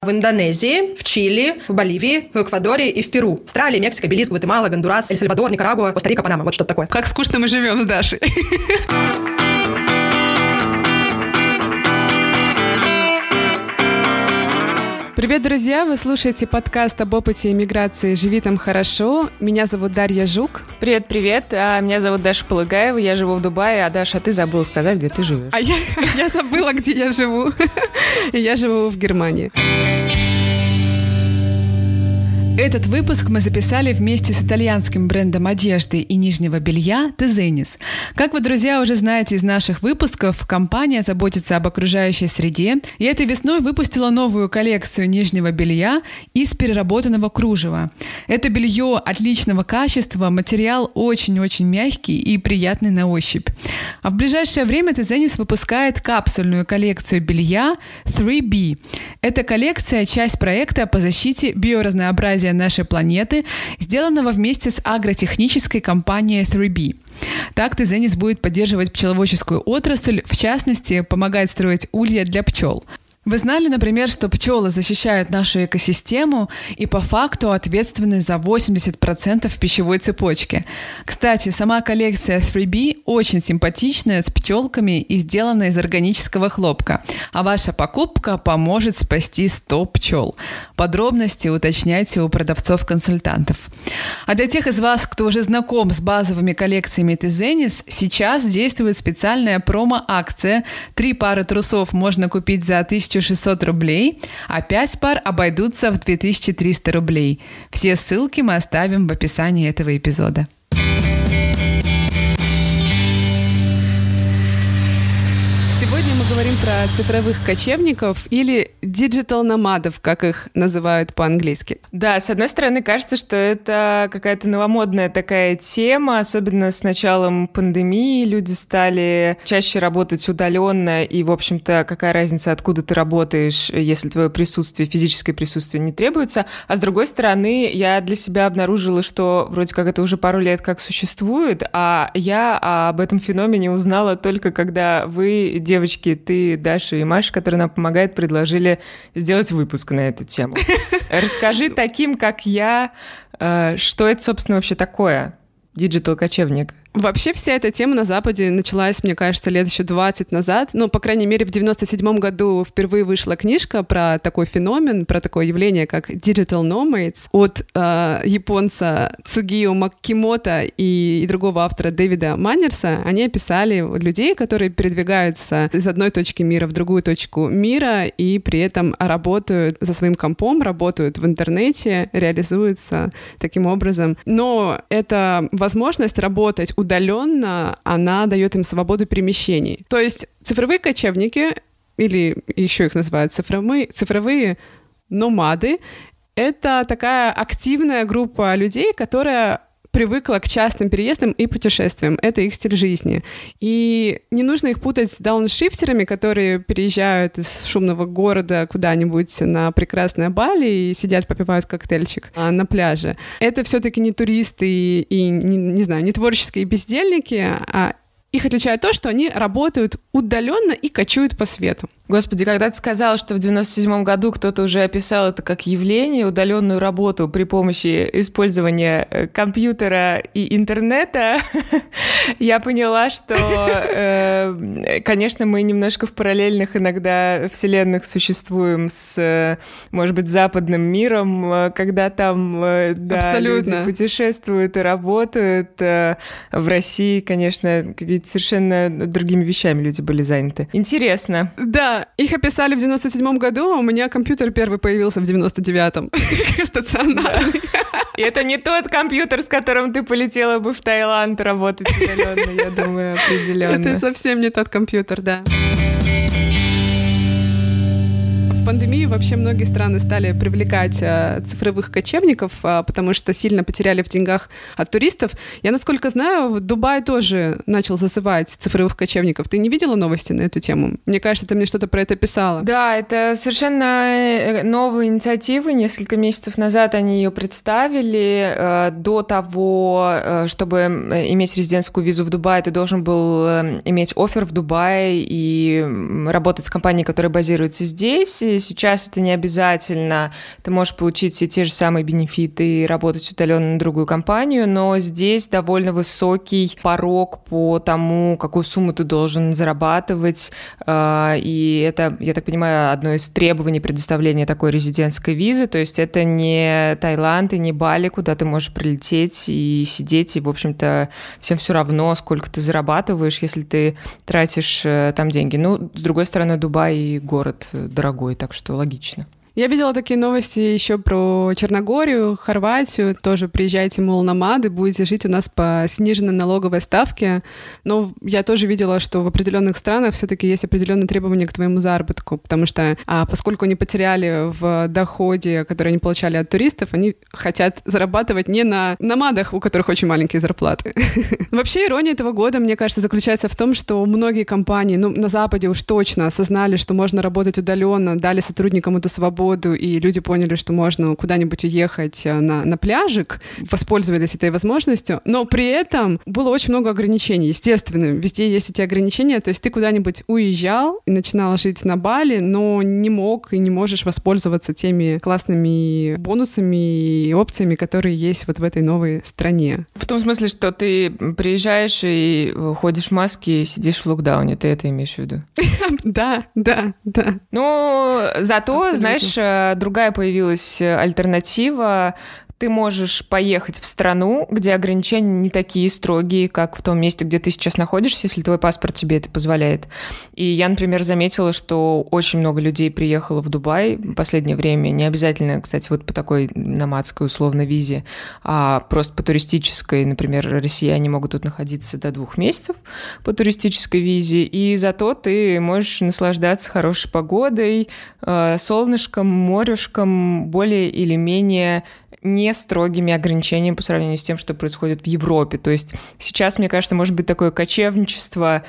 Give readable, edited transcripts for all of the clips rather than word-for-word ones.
в Индонезии, в Чили, в Боливии, в Эквадоре и в Перу. Австралия, Мексика, Белиз, Гватемала, Гондурас, Эль-Сальвадор, Никарагуа, Коста-Рика, Панама. Вот что-то такое. Как скучно мы живем с Дашей. Привет, друзья! Вы слушаете подкаст об опыте иммиграции «Живи там хорошо». Меня зовут Дарья Жук. Привет. Меня зовут Даша Полыгаева. Я живу в Дубае. А, Даша, ты забыла сказать, где ты живешь. А я забыла, где я живу. Я живу в Германии. Этот выпуск мы записали вместе с итальянским брендом одежды и нижнего белья Тезенис. Как вы, друзья, уже знаете из наших выпусков, компания заботится об окружающей среде, и этой весной выпустила новую коллекцию нижнего белья из переработанного кружева. Это белье отличного качества, материал очень-очень мягкий и приятный на ощупь. А в ближайшее время Тезенис выпускает капсульную коллекцию белья 3B. Эта коллекция – часть проекта по защите биоразнообразия нашей планеты, сделанного вместе с агротехнической компанией 3B. Так Тезенис будет поддерживать пчеловодческую отрасль, в частности, помогать строить улья для пчел. Вы знали, например, что пчелы защищают нашу экосистему и по факту ответственны за 80% пищевой цепочки. Кстати, сама коллекция 3B очень симпатичная, с пчелками и сделана из органического хлопка. А ваша покупка поможет спасти 100 пчел. Подробности уточняйте у продавцов-консультантов. А для тех из вас, кто уже знаком с базовыми коллекциями Тезенис, сейчас действует специальная промо-акция. 3 пары трусов можно купить за 1600 рублей, а 5 пар обойдутся в 2300 рублей. Все ссылки мы оставим в описании этого эпизода. Сегодня мы говорим про цифровых кочевников или диджитал-номадов, как их называют по-английски. Да, с одной стороны, кажется, что это какая-то новомодная такая тема, особенно с началом пандемии люди стали чаще работать удаленно, и, в общем-то, какая разница, откуда ты работаешь, если твое присутствие, физическое присутствие не требуется. А с другой стороны, я для себя обнаружила, что вроде как это уже пару лет как существует, а я об этом феномене узнала только когда вы, девочки, ты, Даша и Маша, которые нам помогают, предложили сделать выпуск на эту тему. Расскажи таким, как я, что это, собственно, вообще такое, диджитал-кочевник? Вообще вся эта тема на Западе началась, мне кажется, лет еще 20 назад. Ну, по крайней мере, в 97 году впервые вышла книжка про такой феномен, про такое явление, как Digital Nomads от японца Цугио Маккимото и другого автора Дэвида Маннерса. Они описали людей, которые передвигаются из одной точки мира в другую точку мира и при этом работают за своим компом, работают в интернете, реализуются таким образом. Но эта возможность работать удаленно, она дает им свободу перемещений. То есть цифровые кочевники, или еще их называют цифровые номады, это такая активная группа людей, которая привыкла к частым переездам и путешествиям. Это их стиль жизни. И не нужно их путать с дауншифтерами, которые переезжают из шумного города куда-нибудь на прекрасное Бали и сидят, попивают коктейльчик на пляже. Это все-таки не туристы и не знаю, не творческие бездельники, а их отличает то, что они работают удаленно и кочуют по свету. Господи, когда ты сказала, что в 97 году кто-то уже описал это как явление, удаленную работу при помощи использования компьютера и интернета, я поняла, что, конечно, мы немножко в параллельных иногда вселенных существуем с, может быть, западным миром, когда там люди путешествуют и работают. В России, конечно, какие-то совершенно другими вещами люди были заняты. Интересно. Да, их описали в 97 году, а у меня компьютер первый появился в 99-м. Стационарный. И это не тот компьютер, с которым ты полетела бы в Таиланд работать удаленно, я думаю, определенно. Это совсем не тот компьютер, да. В пандемию вообще многие страны стали привлекать цифровых кочевников, потому что сильно потеряли в деньгах от туристов. Я, насколько знаю, Дубай тоже начал зазывать цифровых кочевников. Ты не видела новости на эту тему? Мне кажется, ты мне что-то про это писала. Да, это совершенно новая инициатива. Несколько месяцев назад они ее представили. До того, чтобы иметь резидентскую визу в Дубае, ты должен был иметь оффер в Дубае и работать с компанией, которая базируется здесь. работе. Сейчас это не обязательно. Ты можешь получить все те же самые бенефиты и работать удаленно на другую компанию, но здесь довольно высокий порог по тому, какую сумму ты должен зарабатывать. И это, я так понимаю, одно из требований предоставления такой резидентской визы. То есть это не Таиланд и не Бали, куда ты можешь прилететь и сидеть, и, в общем-то, всем все равно, сколько ты зарабатываешь, если ты тратишь там деньги. Ну, с другой стороны, Дубай город дорогой, так что логично. Я видела такие новости еще про Черногорию, Хорватию. Тоже приезжайте, мол, намады, будете жить у нас по сниженной налоговой ставке. Но я тоже видела, что в определенных странах все-таки есть определенные требования к твоему заработку, потому что поскольку они потеряли в доходе, который они получали от туристов, они хотят зарабатывать не на намадах, у которых очень маленькие зарплаты. Вообще ирония этого года, мне кажется, заключается в том, что многие компании, на Западе уж точно осознали, что можно работать удаленно, дали сотрудникам эту свободу, и люди поняли, что можно куда-нибудь уехать на пляжик, воспользовались этой возможностью, но при этом было очень много ограничений. Естественно, везде есть эти ограничения, то есть ты куда-нибудь уезжал и начинал жить на Бали, но не мог и не можешь воспользоваться теми классными бонусами и опциями, которые есть вот в этой новой стране. В том смысле, что ты приезжаешь и ходишь в маске и сидишь в локдауне, ты это имеешь в виду? Да. Ну, зато, абсолютно. Знаешь, другая появилась альтернатива. Ты можешь поехать в страну, где ограничения не такие строгие, как в том месте, где ты сейчас находишься, если твой паспорт тебе это позволяет. И я, например, заметила, что очень много людей приехало в Дубай в последнее время. Не обязательно, кстати, вот по такой номадской условно визе, а просто по туристической. Например, россияне могут тут находиться до 2 месяцев по туристической визе. И зато ты можешь наслаждаться хорошей погодой, солнышком, морюшком, более или менее не строгими ограничениями по сравнению с тем, что происходит в Европе. То есть сейчас, мне кажется, может быть такое кочевничество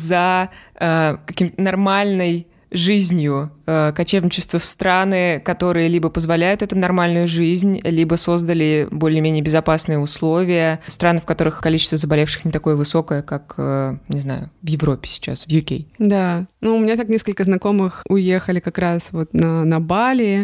за каким-то нормальной жизнью, кочевничество в страны, которые либо позволяют эту нормальную жизнь, либо создали более-менее безопасные условия. Страны, в которых количество заболевших не такое высокое, как, не знаю, в Европе сейчас, в UK. Да. У меня так несколько знакомых уехали как раз вот на Бали,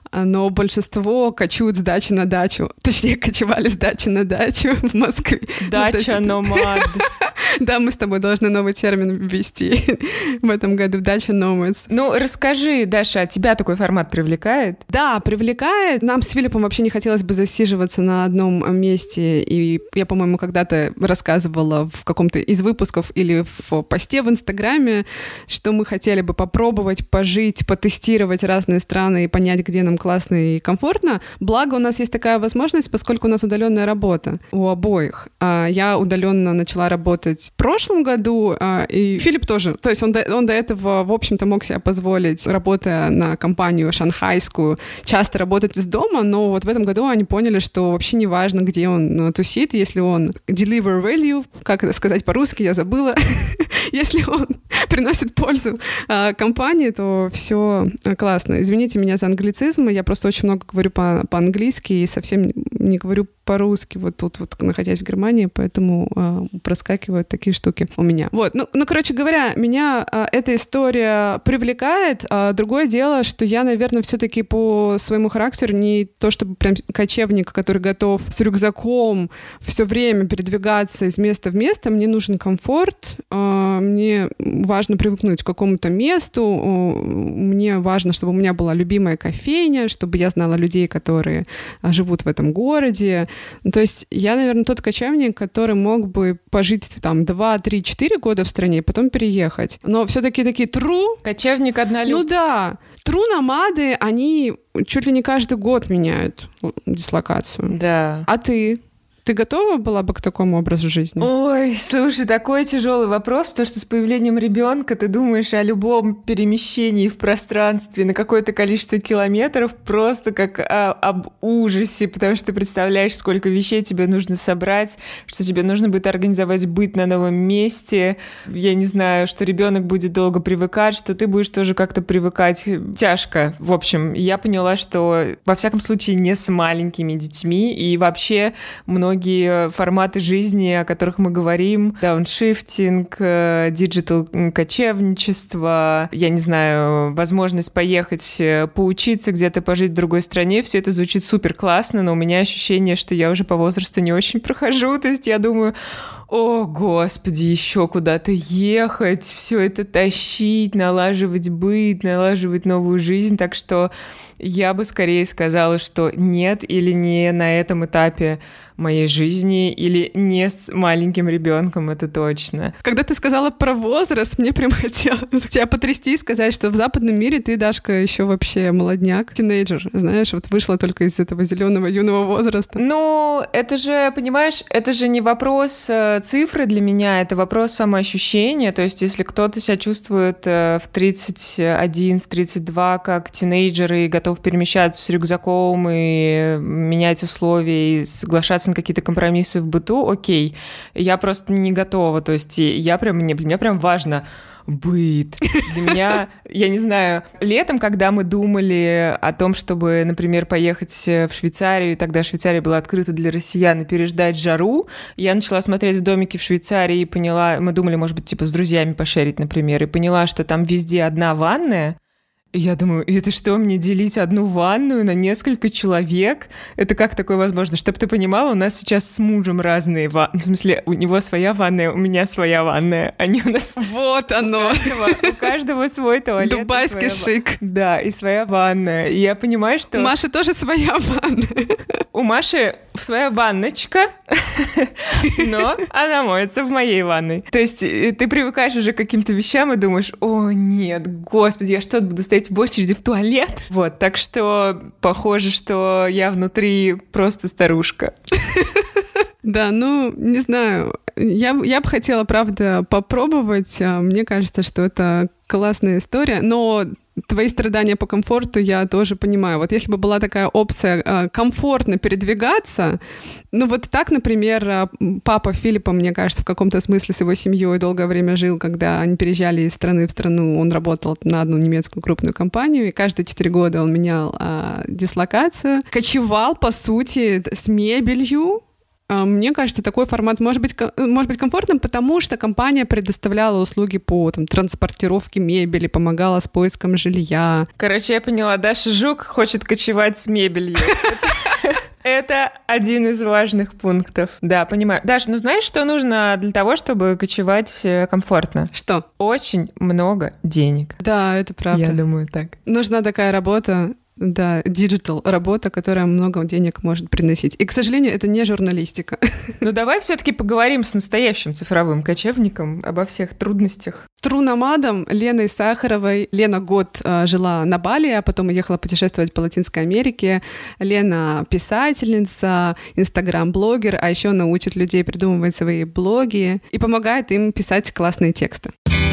но большинство кочуют с дачи на дачу. Точнее, кочевали с дачи на дачу в Москве. Дача-номад. Да, мы с тобой должны новый термин ввести в этом году. Дача-номадс. Ну, расскажи, Даша, а тебя такой формат привлекает? Да, привлекает. Нам с Филиппом вообще не хотелось бы засиживаться на одном месте. И я, по-моему, когда-то рассказывала в каком-то из выпусков или в посте в Инстаграме, что мы хотели бы попробовать пожить, потестировать разные страны и понять, где нам классно и комфортно. Благо, у нас есть такая возможность, поскольку у нас удаленная работа у обоих. Я удаленно начала работать в прошлом году, и Филипп тоже. То есть он до этого, в общем-то, мог себе позволить, работая на компанию шанхайскую, часто работать из дома, но вот в этом году они поняли, что вообще не важно, где он тусит, если он deliver value, как это сказать по-русски, я забыла, если он приносит пользу компании, то все классно. Извините меня за англицизм, я просто очень много говорю по-английски и совсем не говорю по-русски, вот тут вот находясь в Германии, поэтому проскакивают такие штуки у меня. Вот, короче говоря, меня эта история привлекает. Другое дело, что я, наверное, все-таки по своему характеру не то чтобы прям кочевник, который готов с рюкзаком все время передвигаться из места в место. Мне нужен комфорт, мне важно привыкнуть к какому-то месту, мне важно, чтобы у меня была любимая кофейня, чтобы я знала людей, которые живут в этом городе. То есть я, наверное, тот кочевник, который мог бы пожить там 2, 3, 4 года в стране и потом переехать. Но все-таки такие true... Кочевник однолюб. Ну да. True-номады, они чуть ли не каждый год меняют дислокацию. Да. А ты? Ты готова была бы к такому образу жизни? Ой, слушай, такой тяжелый вопрос, потому что с появлением ребенка ты думаешь о любом перемещении в пространстве на какое-то количество километров просто как об ужасе, потому что ты представляешь, сколько вещей тебе нужно собрать, что тебе нужно будет организовать быт на новом месте. Я не знаю, что ребенок будет долго привыкать, что ты будешь тоже как-то привыкать. Тяжко. В общем, я поняла, что во всяком случае не с маленькими детьми, и вообще многие многие форматы жизни, о которых мы говорим. Дауншифтинг, диджитал-кочевничество, я не знаю, возможность поехать поучиться где-то, пожить в другой стране. Все это звучит супер классно, но у меня ощущение, что я уже по возрасту не очень прохожу. То есть я думаю, о, господи, еще куда-то ехать, все это тащить, налаживать быт, налаживать новую жизнь. Так что я бы скорее сказала, что нет, или не на этом этапе моей жизни, или не с маленьким ребенком, это точно. Когда ты сказала про возраст, мне прям хотелось тебя потрясти и сказать, что в западном мире ты, Дашка, еще вообще молодняк, тинейджер, знаешь, вот вышла только из этого зеленого юного возраста. Ну, это же, понимаешь, это же не вопрос цифры для меня, это вопрос самоощущения, то есть если кто-то себя чувствует в 31, в 32 как тинейджер и готов перемещаться с рюкзаком и менять условия и соглашаться на какие-то компромиссы в быту, окей, я просто не готова, то есть для меня прям важно быт. Для меня, я не знаю, летом, когда мы думали о том, чтобы, например, поехать в Швейцарию, и тогда Швейцария была открыта для россиян, и переждать жару, я начала смотреть в домики в Швейцарии и поняла, мы думали, может быть, типа с друзьями пошерить, например, и поняла, что там везде одна ванная. И я думаю, это что, мне делить одну ванную на несколько человек? Это как такое возможно? Чтобы ты понимала, у нас сейчас с мужем разные ванны. В смысле, у него своя ванная, у меня своя ванная. Они у нас... Вот оно! У каждого свой туалет. Дубайский шик. Да, и своя ванная. И я понимаю, что... У Маши тоже своя ванная. У Маши своя ванночка, но она моется в моей ванной. То есть ты привыкаешь уже к каким-то вещам и думаешь, о нет, господи, я что, буду стоять в очереди в туалет? Вот, так что похоже, что я внутри просто старушка. Да, ну, не знаю, я бы хотела, правда, попробовать. Мне кажется, что это классная история, но твои страдания по комфорту я тоже понимаю. Вот если бы была такая опция комфортно передвигаться, ну вот так, например, папа Филиппа, мне кажется, в каком-то смысле с его семьей долгое время жил, когда они переезжали из страны в страну, он работал на одну немецкую крупную компанию, и каждые 4 года он менял дислокацию, кочевал, по сути, с мебелью. Мне кажется, такой формат может быть комфортным, потому что компания предоставляла услуги по транспортировке мебели, помогала с поиском жилья. Короче, я поняла, Даша Жук хочет кочевать с мебелью. Это один из важных пунктов. Да, понимаю. Даш, ну знаешь, что нужно для того, чтобы кочевать комфортно? Что? Очень много денег. Да, это правда. Я думаю так. Нужна такая работа. Да, диджитал работа, которая много денег может приносить. И, к сожалению, это не журналистика. Ну давай все-таки поговорим с настоящим цифровым кочевником обо всех трудностях. Тру-номадом Леной Сахаровой. Лена год жила на Бали, а потом уехала путешествовать по Латинской Америке. Лена писательница, инстаграм-блогер, а еще она учит людей придумывать свои блоги и помогает им писать классные тексты.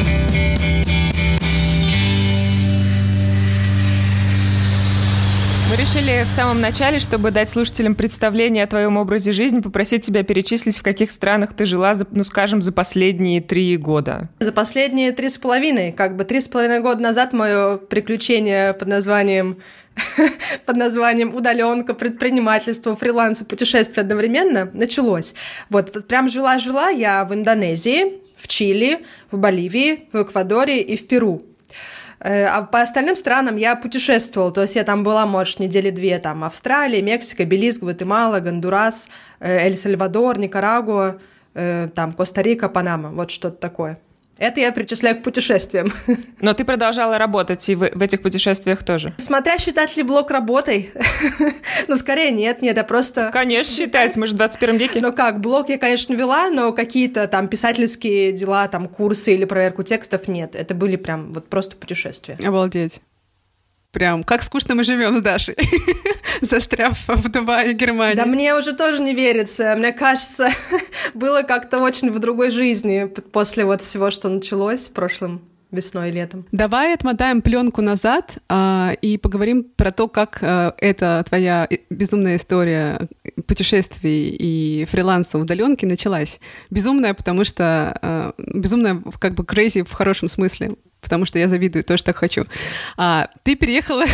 Мы решили в самом начале, чтобы дать слушателям представление о твоем образе жизни, попросить тебя перечислить, в каких странах ты жила, за последние 3 года. За последние 3,5. 3,5 года назад мое приключение под названием удаленка, предпринимательство, фриланс и путешествие одновременно началось. Вот прям жила я в Индонезии, в Чили, в Боливии, в Эквадоре и в Перу. А по остальным странам я путешествовала, то есть я там была, может, 2 недели, там Австралия, Мексика, Белиз, Гватемала, Гондурас, Эль-Сальвадор, Никарагуа, там Коста-Рика, Панама, вот что-то такое. Это я причисляю к путешествиям. Но ты продолжала работать и в этих путешествиях тоже? Смотря считать ли блог работой. Ну, скорее нет, я просто... Конечно, считать, мы же в 21 веке. Ну как, блог я, конечно, вела, но какие-то там писательские дела, там курсы или проверку текстов нет. Это были прям вот просто путешествия. Обалдеть. Прям, как скучно мы живем с Дашей, застряв в Дубае и Германии. Да мне уже тоже не верится. Мне кажется, было как-то очень в другой жизни после вот всего, что началось прошлым весной и летом. Давай отмотаем пленку назад и поговорим про то, как эта твоя безумная история путешествий и фриланса удаленки началась. Безумная, потому что безумная, crazy в хорошем смысле. потому что я завидую, тоже так хочу. Ты переехала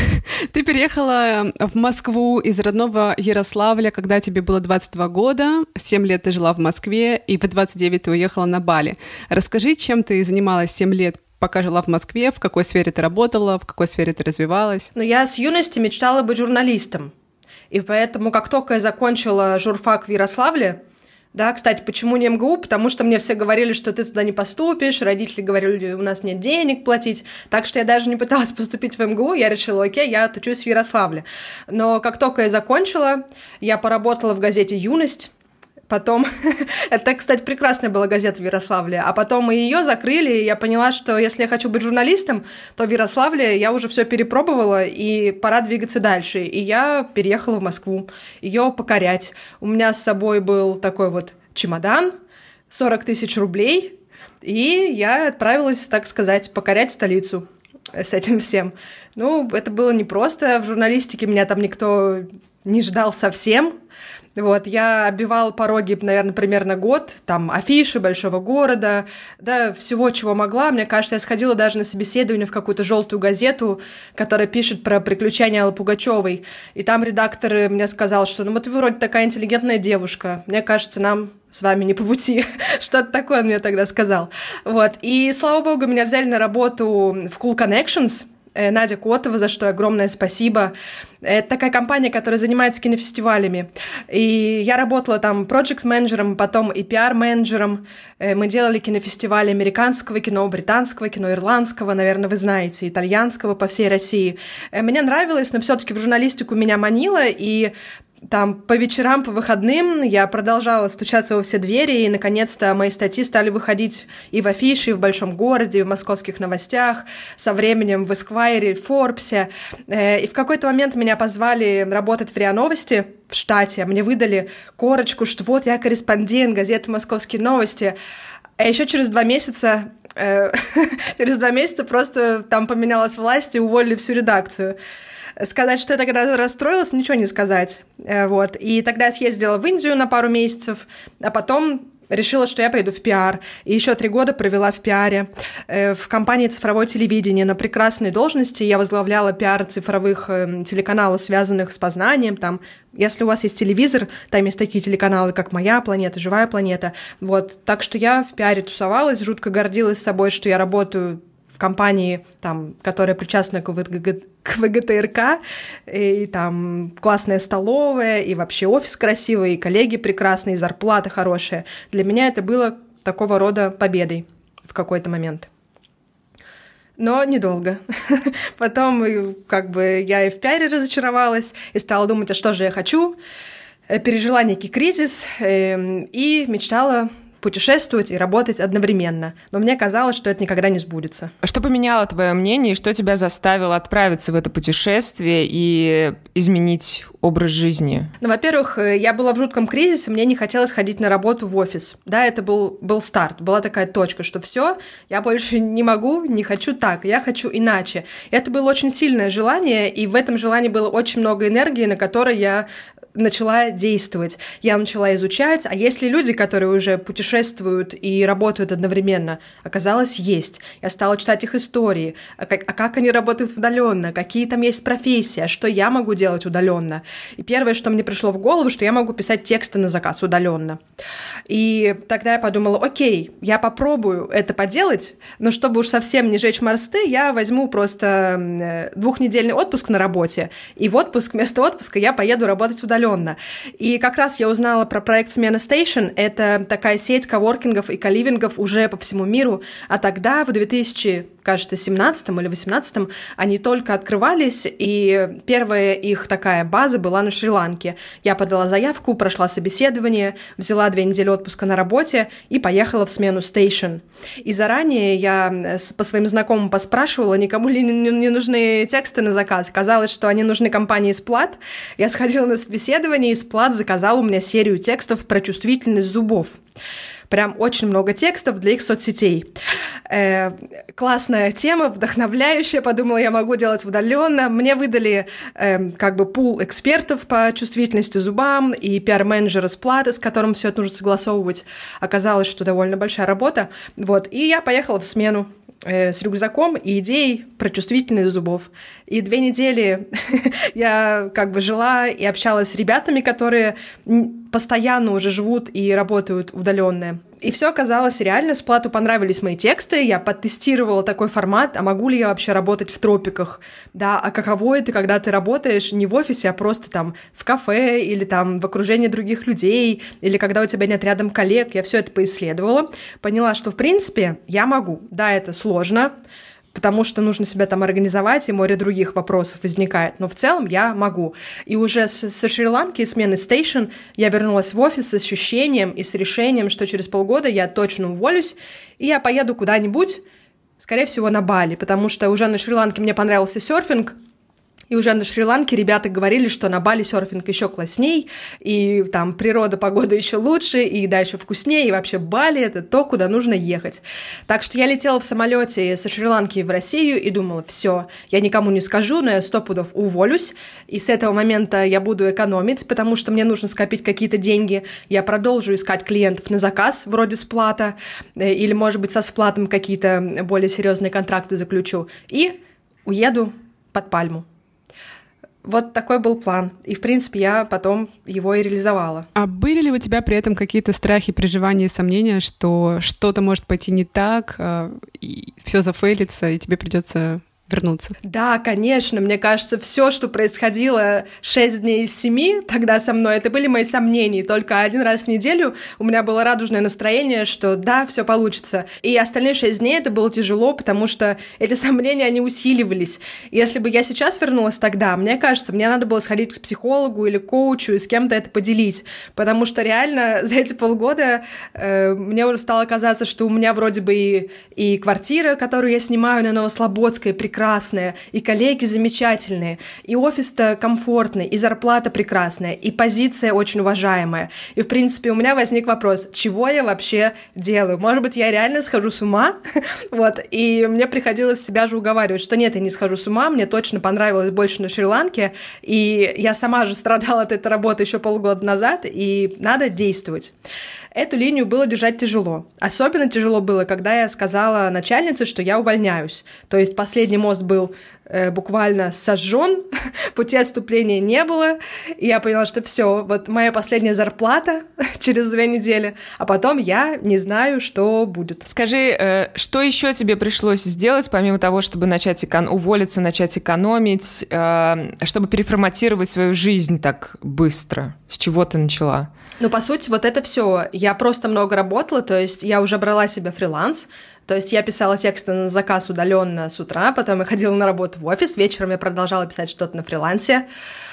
в Москву из родного Ярославля, когда тебе было 22 года, 7 лет ты жила в Москве, и в 29 ты уехала на Бали. Расскажи, чем ты занималась 7 лет, пока жила в Москве, в какой сфере ты работала, в какой сфере ты развивалась? Я с юности мечтала быть журналистом. И поэтому, как только я закончила журфак в Ярославле, да, кстати, почему не МГУ? Потому что мне все говорили, что ты туда не поступишь, родители говорили, у нас нет денег платить, так что я даже не пыталась поступить в МГУ, я решила, окей, я отучусь в Ярославле. Но как только я закончила, я поработала в газете «Юность», потом, это, кстати, прекрасная была газета в Ярославле, а потом мы ее закрыли, и я поняла, что если я хочу быть журналистом, то в Ярославле я уже все перепробовала, и пора двигаться дальше. И я переехала в Москву, ее покорять. У меня с собой был такой вот чемодан, 40 тысяч рублей, и я отправилась, так сказать, покорять столицу с этим всем. Это было непросто, в журналистике меня там никто не ждал совсем. Я оббивала пороги, наверное, примерно год, там афиши большого города, да, всего, чего могла. Мне кажется, я сходила даже на собеседование в какую-то желтую газету, которая пишет про приключения Аллы Пугачевой. И там редактор мне сказал, что вы вроде такая интеллигентная девушка, мне кажется, нам с вами не по пути. Что-то такое он мне тогда сказал. И, слава богу, меня взяли на работу в Cool Connections, Надя Котова, за что огромное спасибо. Это такая компания, которая занимается кинофестивалями. И я работала там проект-менеджером, потом и пиар-менеджером. Мы делали кинофестивали американского кино, британского кино, ирландского, наверное, вы знаете, итальянского по всей России. Мне нравилось, но все-таки в журналистику меня манило, и там по вечерам, по выходным я продолжала стучаться во все двери, и, наконец-то, мои статьи стали выходить и в афише, и в большом городе, и в московских новостях, со временем в Esquire, в Forbes. И в какой-то момент меня позвали работать в РИА Новости в штате, мне выдали корочку, что вот я корреспондент газеты «Московские новости». А еще через 2 месяца просто там поменялась власть и уволили всю редакцию. Сказать, что я тогда расстроилась, ничего не сказать. И тогда я съездила в Индию на пару месяцев, а потом решила, что я пойду в пиар. И еще 3 года провела в пиаре в компании «Цифровое телевидение» на прекрасной должности. Я возглавляла пиар цифровых телеканалов, связанных с познанием. Там, если у вас есть телевизор, там есть такие телеканалы, как «Моя планета», «Живая планета». Так что я в пиаре тусовалась, жутко гордилась собой, что я работаю в компании, там, которая причастна к ВГТРК, и там классная столовая, и вообще офис красивый, и коллеги прекрасные, и зарплата хорошая. Для меня это было такого рода победой в какой-то момент. Но недолго. Потом я и в пиаре разочаровалась, и стала думать, а что же я хочу. Пережила некий кризис и мечтала путешествовать и работать одновременно. Но мне казалось, что это никогда не сбудется. Что поменяло твое мнение и что тебя заставило отправиться в это путешествие и изменить образ жизни? Во-первых, я была в жутком кризисе, мне не хотелось ходить на работу в офис. Да, это был старт, была такая точка, что все, я больше не могу, не хочу так, я хочу иначе. И это было очень сильное желание, и в этом желании было очень много энергии, на которой я начала действовать. Я начала изучать, а есть ли люди, которые уже путешествуют и работают одновременно? Оказалось, есть. Я стала читать их истории, как они работают удаленно, какие там есть профессии, что я могу делать удаленно. И первое, что мне пришло в голову, что я могу писать тексты на заказ удаленно. И тогда я подумала, окей, я попробую это поделать, но чтобы уж совсем не жечь мосты, я возьму просто 2-недельный отпуск на работе, и в отпуск, вместо отпуска я поеду работать удаленно. И как раз я узнала про проект «Смена Station». Это такая сеть коворкингов и коливингов уже по всему миру. А тогда, в 2017 или 2018, они только открывались, и первая их такая база была на Шри-Ланке. Я подала заявку, прошла собеседование, взяла 2 недели отпуска на работе и поехала в «Смену Station». И заранее я по своим знакомым поспрашивала, никому ли не нужны тексты на заказ. Оказалось, что они нужны компании Splatt. Я сходила на собеседование, и Splatt заказал у меня серию текстов про чувствительность зубов. прям очень много текстов для их соцсетей. Классная тема, вдохновляющая, подумала, я могу делать удаленно. Мне выдали как бы пул экспертов по чувствительности зубам и пиар-менеджера с платы, с которым все это нужно согласовывать. Оказалось, что довольно большая работа. Вот. И я поехала в смену с рюкзаком и идеей про чувствительность зубов. И 2 недели я как бы жила и общалась с ребятами, которые постоянно уже живут и работают удаленно. И все оказалось реально, с плату понравились мои тексты, я подтестировала такой формат, а могу ли я вообще работать в тропиках, да, а каково это, когда ты работаешь не в офисе, а просто там в кафе или там в окружении других людей, или когда у тебя нет рядом коллег, я все это поисследовала, поняла, что в принципе я могу, да, это сложно, потому что нужно себя там организовать, и море других вопросов возникает. Но в целом я могу. И уже со Шри-Ланки, смены стейшн, я вернулась в офис с ощущением и с решением, что через полгода я точно уволюсь, и я поеду куда-нибудь, скорее всего, на Бали, потому что уже на Шри-Ланке мне понравился серфинг, и уже на Шри-Ланке ребята говорили, что на Бали серфинг еще классней, и там природа, погода еще лучше, и еда еще вкуснее, и вообще Бали — это то, куда нужно ехать. Так что я летела в самолете со Шри-Ланки в Россию и думала, все, я никому не скажу, но я 100 пудов уволюсь, и с этого момента я буду экономить, потому что мне нужно скопить какие-то деньги, я продолжу искать клиентов на заказ, вроде сплата, или, может быть, со сплатом какие-то более серьезные контракты заключу, и уеду под пальму. Вот такой был план. И, в принципе, я потом его и реализовала. А были ли у тебя при этом какие-то страхи, переживания, сомнения, что что-то может пойти не так, и все зафейлится, и тебе придется вернуться? Да, конечно. Мне кажется, все, что происходило 6 дней из 7 тогда со мной, это были мои сомнения. Только 1 раз в неделю у меня было радужное настроение, что да, все получится. И остальные 6 дней это было тяжело, потому что эти сомнения, они усиливались. Если бы я сейчас вернулась тогда, мне кажется, мне надо было сходить к психологу или коучу и с кем-то это поделить. Потому что реально за эти полгода мне уже стало казаться, что у меня вроде бы и квартира, которую я снимаю на Новослободской, прекрасная, и коллеги замечательные, и офис-то комфортный, и зарплата прекрасная, и позиция очень уважаемая. И, в принципе, у меня возник вопрос, чего я вообще делаю? Может быть, я реально схожу с ума? Вот, и мне приходилось себя же уговаривать, что нет, я не схожу с ума, мне точно понравилось больше на Шри-Ланке, и я сама же страдала от этой работы еще полгода назад, и надо действовать. Эту линию было держать тяжело. Особенно тяжело было, когда я сказала начальнице, что я увольняюсь. То есть последний мост был буквально сожжен, пути отступления не было, и я поняла, что все, вот моя последняя зарплата через 2 недели, а потом я не знаю, что будет. Скажи, что еще тебе пришлось сделать, помимо того, чтобы начать уволиться, начать экономить, чтобы переформатировать свою жизнь так быстро? С чего ты начала? Ну, по сути, вот это все. Я просто много работала, то есть я уже брала себе фриланс, то есть я писала тексты на заказ удаленно с утра, потом я ходила на работу в офис, вечером я продолжала писать что-то на фрилансе,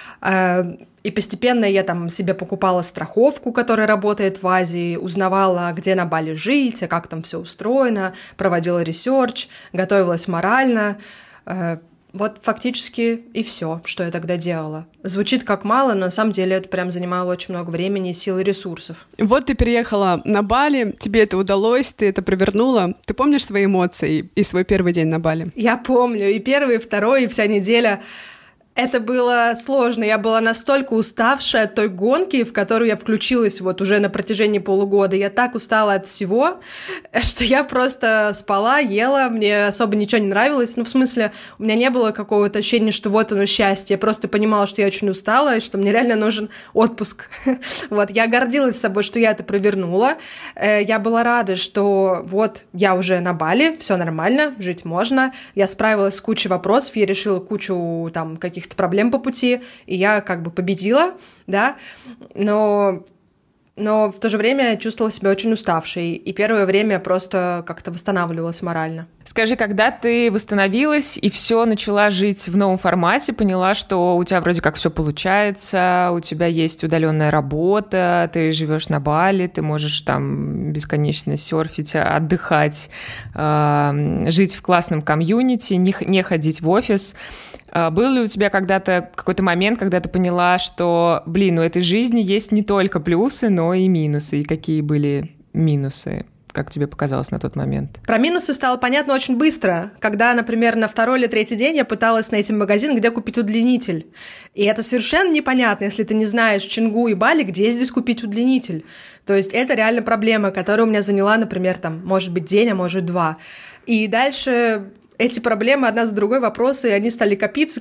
и постепенно я там себе покупала страховку, которая работает в Азии, узнавала, где на Бали жить, а как там все устроено, проводила ресерч, готовилась морально. Вот фактически и все, что я тогда делала. Звучит как мало, но на самом деле это прям занимало очень много времени, сил и ресурсов. Вот ты переехала на Бали, тебе это удалось, ты это провернула. Ты помнишь свои эмоции и свой первый день на Бали? Я помню, и первый, и второй, и вся неделя. Это было сложно, я была настолько уставшая от той гонки, в которую я включилась вот уже на протяжении полугода. Я так устала от всего, что я просто спала, ела, мне особо ничего не нравилось. Ну, в смысле, у меня не было какого-то ощущения, что вот оно счастье. Я просто понимала, что я очень устала, и что мне реально нужен отпуск. Вот, я гордилась собой, что я это провернула. Я была рада, что вот я уже на Бали, все нормально, жить можно. Я справилась с кучей вопросов, я решила кучу там каких-то проблем по пути, и я как бы победила, да, но в то же время чувствовала себя очень уставшей, и первое время просто как-то восстанавливалась морально. Скажи, когда ты восстановилась и все начала жить в новом формате, поняла, что у тебя вроде как все получается, у тебя есть удаленная работа, ты живешь на Бали, ты можешь там бесконечно серфить, отдыхать, жить в классном комьюнити, не ходить в офис. Был ли у тебя когда-то какой-то момент, когда ты поняла, что, у этой жизни есть не только плюсы, но и минусы, и какие были минусы? Как тебе показалось на тот момент? Про минусы стало понятно очень быстро, когда, например, на 2-й или 3-й день я пыталась найти магазин, где купить удлинитель. И это совершенно непонятно, если ты не знаешь Чингу и Бали, где здесь купить удлинитель. То есть это реально проблема, которая у меня заняла, например, там, может быть, день, а может, 2. И дальше эти проблемы одна за другой, вопросы, они стали копиться,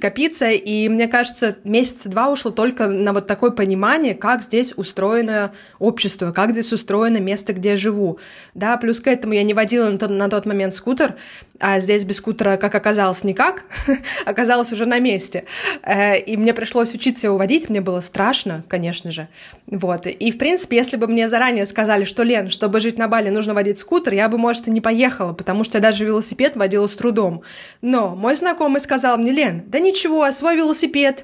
и мне кажется, месяца 2 ушло только на вот такое понимание, как здесь устроено общество, как здесь устроено место, где я живу. Да, плюс к этому я не водила на тот момент скутер, а здесь без скутера, как оказалось, никак, оказалось уже на месте. И мне пришлось учиться его водить, мне было страшно, конечно же. Вот. И, в принципе, если бы мне заранее сказали, что, Лен, чтобы жить на Бали, нужно водить скутер, я бы, может, и не поехала, потому что я даже велосипед водила с трудом. Но мой знакомый сказал мне: Лен, да ничего, освой велосипед,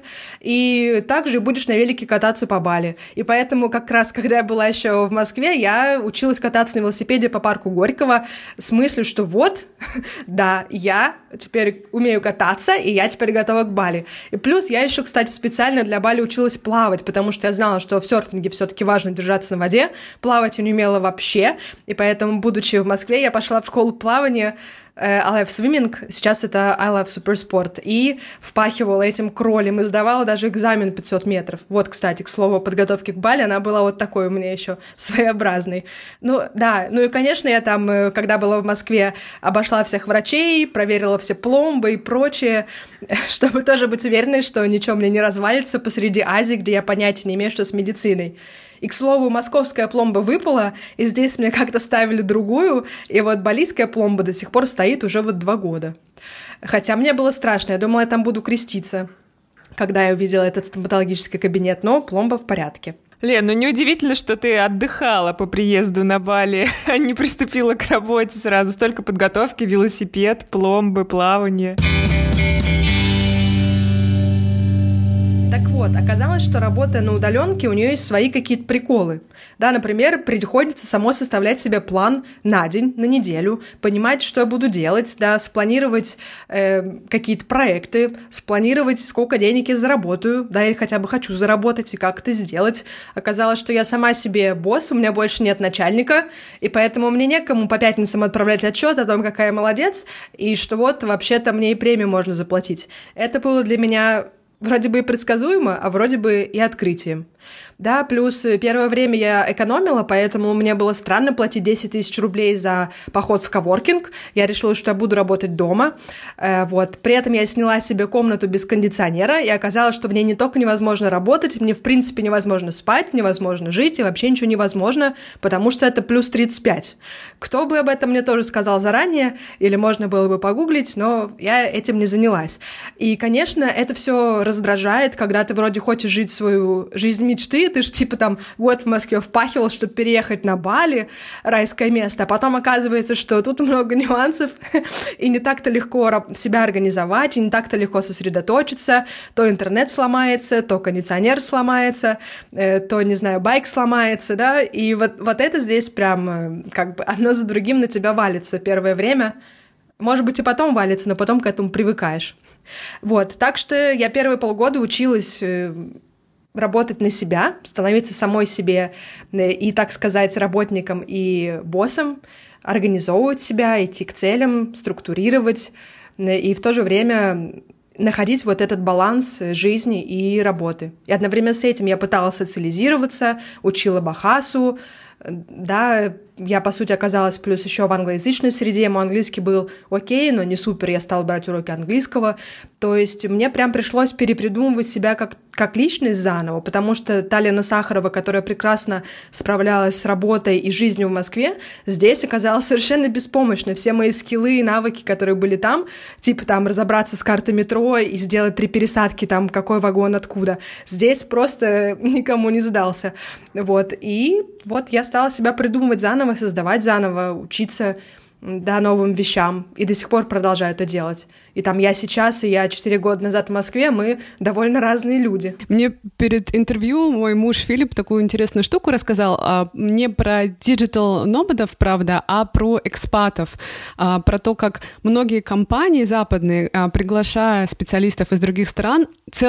и также будешь на велике кататься по Бали. И поэтому как раз, когда я была еще в Москве, я училась кататься на велосипеде по парку Горького с мыслью, что вот, да, я теперь умею кататься, и я теперь готова к Бали. И плюс я еще, кстати, специально для Бали училась плавать, потому что я знала, что в серфинге все-таки важно держаться на воде, плавать я не умела вообще, и поэтому, будучи в Москве, я пошла в школу плавания I Love Swimming, сейчас это I Love Supersport, и впахивала этим кролем, и сдавала даже экзамен 500 метров. Вот, кстати, к слову, подготовки к Бали, она была вот такой у меня еще своеобразной. Ну, да, ну и, конечно, я там, когда была в Москве, обошла всех врачей, проверила все пломбы и прочее, чтобы тоже быть уверенной, что ничего мне не развалится посреди Азии, где я понятия не имею, что с медициной. И, к слову, московская пломба выпала, и здесь мне как-то ставили другую, и вот балийская пломба до сих пор стоит уже вот 2 года. Хотя мне было страшно, я думала, я там буду креститься, когда я увидела этот стоматологический кабинет, но пломба в порядке. Лен, ну неудивительно, что ты отдыхала по приезду на Бали, а не приступила к работе сразу. Столько подготовки, велосипед, пломбы, плавание. Так вот, оказалось, что работая на удаленке, у нее есть свои какие-то приколы. Да, например, приходится самой составлять себе план на день, на неделю, понимать, что я буду делать, да, спланировать какие-то проекты, спланировать, сколько денег я заработаю, да, или хотя бы хочу заработать, и как это сделать. Оказалось, что я сама себе босс, у меня больше нет начальника, и поэтому мне некому по пятницам отправлять отчет о том, какая я молодец, и что вот, вообще-то, мне и премию можно заплатить. Это было для меня вроде бы и предсказуемо, а вроде бы и открытием. Да, плюс первое время я экономила, поэтому мне было странно платить 10 тысяч рублей за поход в коворкинг. Я решила, что я буду работать дома. Вот. При этом я сняла себе комнату без кондиционера, и оказалось, что в ней не только невозможно работать, мне в принципе невозможно спать, невозможно жить, и вообще ничего невозможно, потому что это плюс 35. Кто бы об этом мне тоже сказал заранее, или можно было бы погуглить, но я этим не занялась. И, конечно, это все раздражает, когда ты вроде хочешь жить свою жизнь мечты, ты же типа там год в Москве впахивал, чтобы переехать на Бали, райское место, а потом оказывается, что тут много нюансов, и не так-то легко себя организовать, и не так-то легко сосредоточиться, то интернет сломается, то кондиционер сломается, то, не знаю, байк сломается, да, и вот это здесь прям как бы одно за другим на тебя валится первое время, может быть, и потом валится, но потом к этому привыкаешь. Вот, так что я первые полгода училась работать на себя, становиться самой себе и, так сказать, работником и боссом, организовывать себя, идти к целям, структурировать и в то же время находить вот этот баланс жизни и работы. И одновременно с этим я пыталась социализироваться, учила бахасу, да, я, по сути, оказалась плюс еще в англоязычной среде, мой английский был окей, но не супер, я стала брать уроки английского, то есть мне прям пришлось перепридумывать себя как личность заново, потому что та Лена Сахарова, которая прекрасно справлялась с работой и жизнью в Москве, здесь оказалась совершенно беспомощной. Все мои скиллы и навыки, которые были там, типа там разобраться с картой метро и сделать 3 пересадки, там какой вагон откуда, здесь просто никому не сдался. Вот, и вот я стала себя придумывать заново, создавать заново, учиться, да, новым вещам, и до сих пор продолжаю это делать. И там я сейчас, и я 4 года назад в Москве, мы довольно разные люди. Мне перед интервью мой муж Филипп такую интересную штуку рассказал, не про диджитал-номадов, правда, а про экспатов, про то, как многие компании западные, приглашая специалистов из других стран,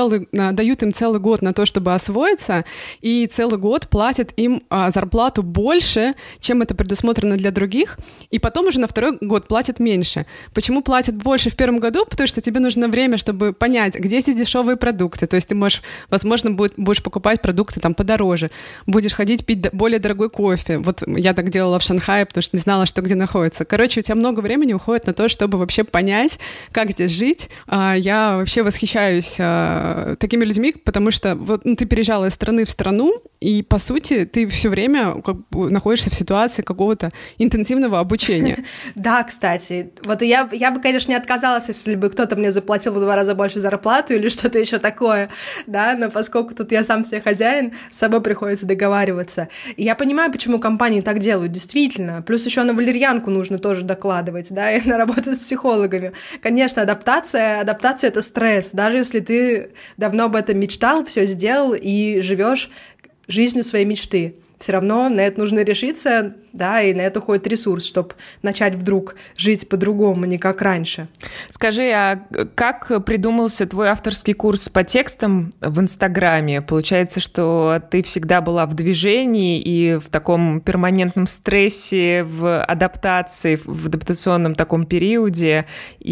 дают им целый год на то, чтобы освоиться, и целый год платят им зарплату больше, чем это предусмотрено для других, и потом уже на второй год платят меньше. Почему платят больше в первом году? Потому что тебе нужно время, чтобы понять, где эти дешевые продукты. То есть ты можешь, возможно, будешь покупать продукты там подороже, будешь ходить пить более дорогой кофе. Вот я так делала в Шанхае, потому что не знала, что где находится. Короче, у тебя много времени уходит на то, чтобы вообще понять, как здесь жить. Я вообще восхищаюсь такими людьми, потому что вот, ты переезжала из страны в страну, и, по сути, ты все время находишься в ситуации какого-то интенсивного обучения. Да, кстати. Вот я бы, конечно, не отказалась, если бы кто-то мне заплатил в 2 раза больше зарплату или что-то еще такое, да, но поскольку тут я сам себе хозяин, с собой приходится договариваться. И я понимаю, почему компании так делают, действительно. Плюс еще на валерьянку нужно тоже докладывать, да, и на работу с психологами. Конечно, адаптация — это стресс. Даже если ты давно об этом мечтал, все сделал и живешь жизнью своей мечты. Все равно на это нужно решиться, да, и на это уходит ресурс, чтобы начать вдруг жить по-другому, не как раньше. Скажи, а как придумался твой авторский курс по текстам в Инстаграме? Получается, что ты всегда была в движении и в таком перманентном стрессе, в адаптации, в адаптационном таком периоде,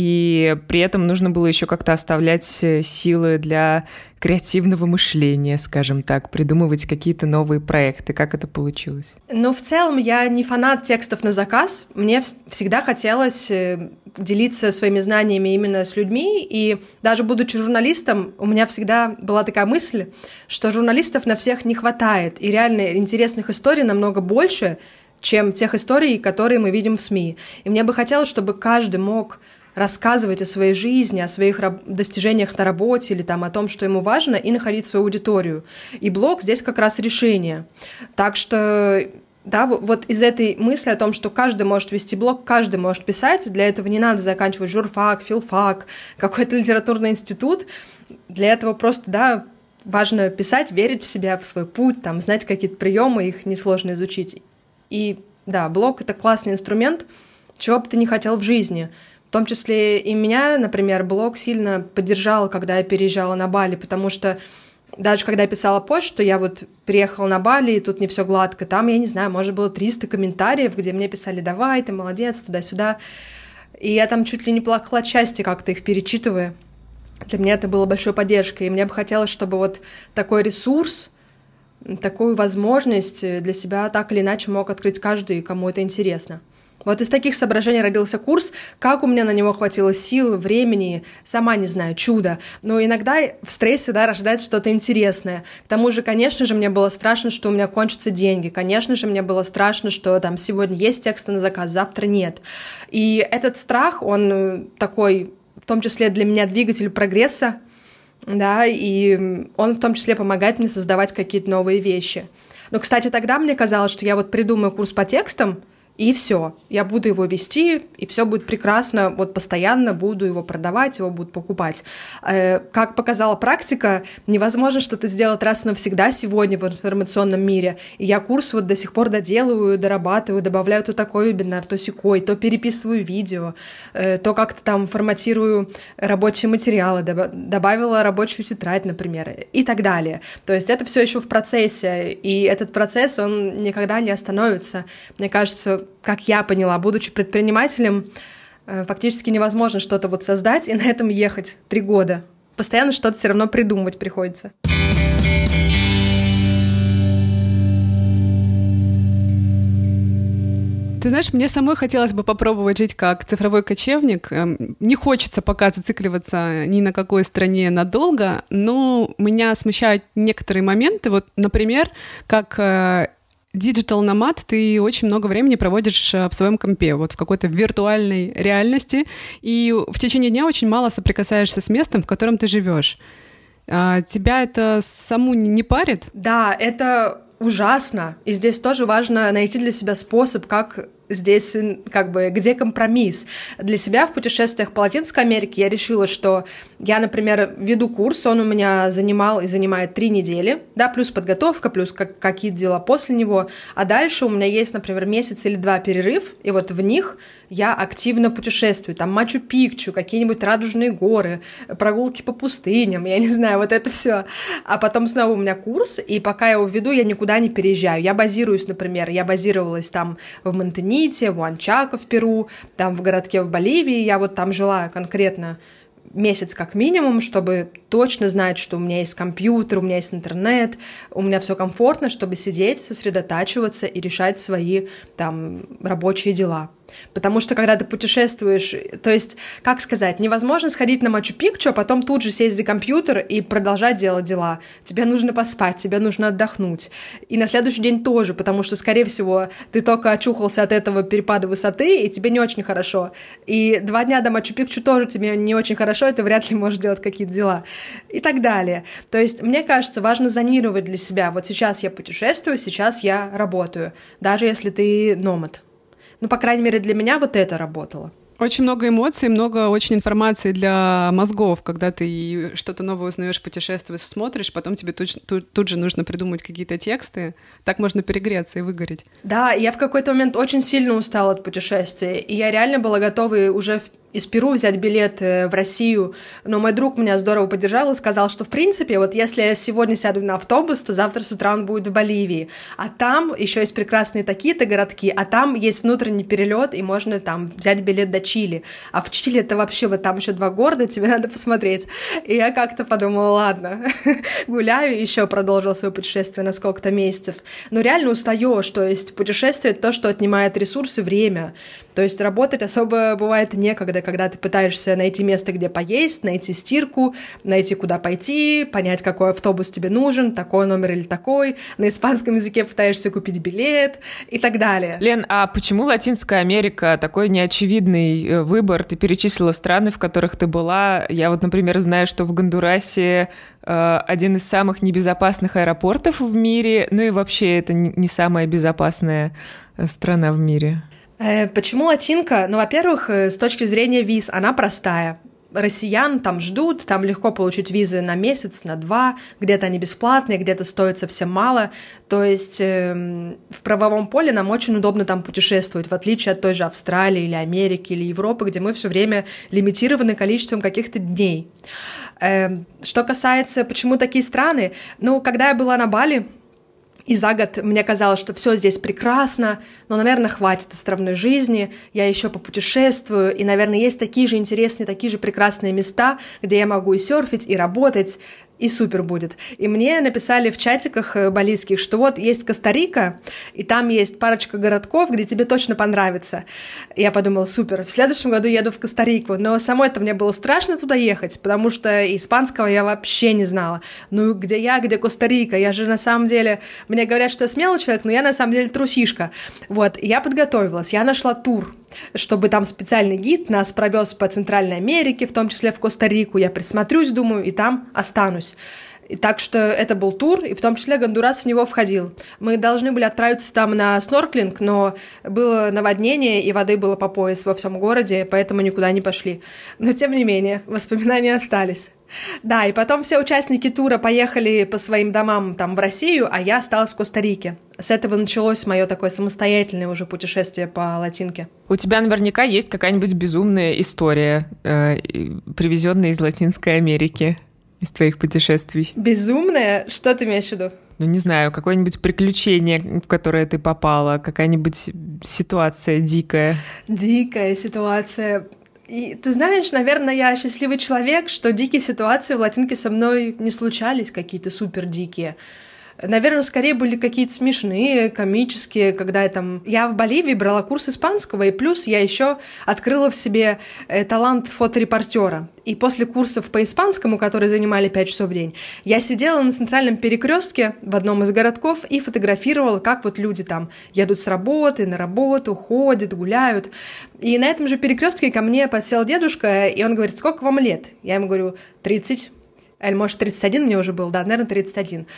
и при этом нужно было еще как-то оставлять силы для креативного мышления, скажем так, придумывать какие-то новые проекты. Как это получилось? Ну, в целом, я не фанат текстов на заказ. Мне всегда хотелось делиться своими знаниями именно с людьми, и даже будучи журналистом, у меня всегда была такая мысль, что журналистов на всех не хватает, и реально интересных историй намного больше, чем тех историй, которые мы видим в СМИ. И мне бы хотелось, чтобы каждый мог рассказывать о своей жизни, о своих достижениях на работе или там, о том, что ему важно, и находить свою аудиторию. И блог здесь как раз решение. Так что, да, вот из этой мысли о том, что каждый может вести блог, каждый может писать, для этого не надо заканчивать журфак, филфак, какой-то литературный институт. Для этого просто, да, важно писать, верить в себя, в свой путь, там, знать какие-то приемы, их несложно изучить. И, да, блог — это классный инструмент, чего бы ты ни хотел в жизни. В том числе и меня, например, блог сильно поддержал, когда я переезжала на Бали, потому что даже когда я писала пост, что я вот приехала на Бали, и тут не все гладко, там, я не знаю, может, было 300 комментариев, где мне писали: давай, ты молодец, туда-сюда. И я там чуть ли не плакала от счастья, как-то их перечитывая. Для меня это было большой поддержкой, и мне бы хотелось, чтобы вот такой ресурс, такую возможность для себя так или иначе мог открыть каждый, кому это интересно. Вот из таких соображений родился курс. Как у меня на него хватило сил, времени, сама не знаю, чудо. Но иногда в стрессе, да, рождается что-то интересное. К тому же, конечно же, мне было страшно, что у меня кончатся деньги. Конечно же, мне было страшно, что там сегодня есть тексты на заказ, завтра нет. И этот страх, он такой, в том числе для меня, двигатель прогресса, да, и он в том числе помогает мне создавать какие-то новые вещи. Но, кстати, тогда мне казалось, что я вот придумаю курс по текстам, и все, я буду его вести, и все будет прекрасно, вот постоянно буду его продавать, его будут покупать. Как показала практика, невозможно что-то сделать раз и навсегда сегодня в информационном мире. И я курс вот до сих пор доделываю, дорабатываю, добавляю то такой вебинар, то сякой, то переписываю видео, то как-то там форматирую рабочие материалы, добавила рабочую тетрадь, например, и так далее. То есть это все еще в процессе, и этот процесс, он никогда не остановится. Мне кажется, как я поняла, будучи предпринимателем, фактически невозможно что-то вот создать и на этом ехать 3 года. Постоянно что-то все равно придумывать приходится. Ты знаешь, мне самой хотелось бы попробовать жить как цифровой кочевник. Не хочется пока зацикливаться ни на какой стране надолго, но меня смущают некоторые моменты. Вот, например, как диджитал-номад, ты очень много времени проводишь в своем компе, вот в какой-то виртуальной реальности, и в течение дня очень мало соприкасаешься с местом, в котором ты живешь. Тебя это саму не парит? Да, это ужасно. И здесь тоже важно найти для себя способ, как здесь как бы где компромисс? Для себя в путешествиях по Латинской Америке я решила, что я, например, веду курс, он у меня занимал и занимает 3 недели, да, плюс подготовка, плюс какие-то дела после него, а дальше у меня есть, например, месяц или 2 перерыв, и вот в них я активно путешествую, там Мачу-Пикчу, какие-нибудь радужные горы, прогулки по пустыням, я не знаю, вот это все. А потом снова у меня курс, и пока я его веду, я никуда не переезжаю. Я базируюсь, например, я базировалась там в Монтените, в Уанчако в Перу, там в городке в Боливии, я вот там жила конкретно месяц как минимум, чтобы точно знать, что у меня есть компьютер, у меня есть интернет, у меня все комфортно, чтобы сидеть, сосредотачиваться и решать свои там рабочие дела. Потому что, когда ты путешествуешь, то есть, как сказать, невозможно сходить на Мачу-Пикчу, а потом тут же сесть за компьютер и продолжать делать дела. Тебе нужно поспать, тебе нужно отдохнуть. И на следующий день тоже, потому что, скорее всего, ты только очухался от этого перепада высоты, и тебе не очень хорошо. И 2 дня до Мачу-Пикчу тоже тебе не очень хорошо, и ты вряд ли можешь делать какие-то дела. И так далее. То есть, мне кажется, важно зонировать для себя. Вот сейчас я путешествую, сейчас я работаю. Даже если ты номад. Ну, по крайней мере, для меня вот это работало. Очень много эмоций, много очень информации для мозгов, когда ты что-то новое узнаешь, путешествуешь, смотришь, потом тебе тут же нужно придумать какие-то тексты. Так можно перегреться и выгореть. Да, я в какой-то момент очень сильно устала от путешествия, и я реально была готова уже из Перу взять билет в Россию, но мой друг меня здорово поддержал и сказал, что, в принципе, вот если я сегодня сяду на автобус, то завтра с утра он будет в Боливии, а там еще есть прекрасные такие-то городки, а там есть внутренний перелет, и можно там взять билет до Чили, а в Чили это вообще вот там еще 2 города, тебе надо посмотреть. И я как-то подумала, ладно, гуляю, еще продолжила свое путешествие на сколько-то месяцев, но реально устаешь, то есть путешествие — это то, что отнимает ресурсы, время, то есть работать особо бывает некогда, когда ты пытаешься найти место, где поесть, найти стирку, найти, куда пойти, понять, какой автобус тебе нужен, такой номер или такой, на испанском языке пытаешься купить билет и так далее. Лен, а почему Латинская Америка такой неочевидный выбор? Ты перечислила страны, в которых ты была. Я вот, например, знаю, что в Гондурасе один из самых небезопасных аэропортов в мире, ну и вообще это не самая безопасная страна в мире. Почему латинка? Ну, во-первых, с точки зрения виз, она простая. Россиян там ждут, там легко получить визы на месяц, на 2, где-то они бесплатные, где-то стоят совсем мало. То есть в правовом поле нам очень удобно там путешествовать, в отличие от той же Австралии или Америки или Европы, где мы все время лимитированы количеством каких-то дней. Что касается, почему такие страны, ну, когда я была на Бали, и за год мне казалось, что все здесь прекрасно, но, наверное, хватит островной жизни, я еще попутешествую, и, наверное, есть такие же интересные, такие же прекрасные места, где я могу и серфить, и работать, и супер будет. И мне написали в чатиках балийских, что вот есть Коста-Рика, и там есть парочка городков, где тебе точно понравится. Я подумала, супер, в следующем году еду в Коста-Рику, но самой-то мне было страшно туда ехать, потому что испанского я вообще не знала. Ну, где я, где Коста-Рика? Я же на самом деле... Мне говорят, что я смелый человек, но я на самом деле трусишка. Вот, я подготовилась, я нашла тур, чтобы там специальный гид нас провез по Центральной Америке, в том числе в Коста-Рику. Я присмотрюсь, думаю, и там останусь. И так что это был тур, и в том числе Гондурас в него входил. Мы должны были отправиться там на снорклинг, но было наводнение, и воды было по пояс во всем городе, поэтому никуда не пошли. Но тем не менее, воспоминания остались. Да, и потом все участники тура поехали по своим домам там в Россию, а я осталась в Коста-Рике. С этого началось мое такое самостоятельное уже путешествие по Латинке. У тебя наверняка есть какая-нибудь безумная история, привезенная из Латинской Америки, из твоих путешествий. Безумная? Что ты имеешь в виду? Ну, не знаю, какое-нибудь приключение, в которое ты попала, какая-нибудь ситуация дикая. Дикая ситуация... И ты знаешь, наверное, я счастливый человек, что дикие ситуации в Латинке со мной не случались, какие-то супер дикие. Наверное, скорее были какие-то смешные, комические, когда я в Боливии брала курс испанского, и плюс я еще открыла в себе талант фоторепортера. И после курсов по испанскому, которые занимали 5 часов в день, я сидела на центральном перекрестке в одном из городков и фотографировала, как вот люди там едут с работы на работу, ходят, гуляют. И на этом же перекрестке ко мне подсел дедушка, и он говорит: сколько вам лет? Я ему говорю: 30. Или, может, 31 мне уже был, да, наверное, 31.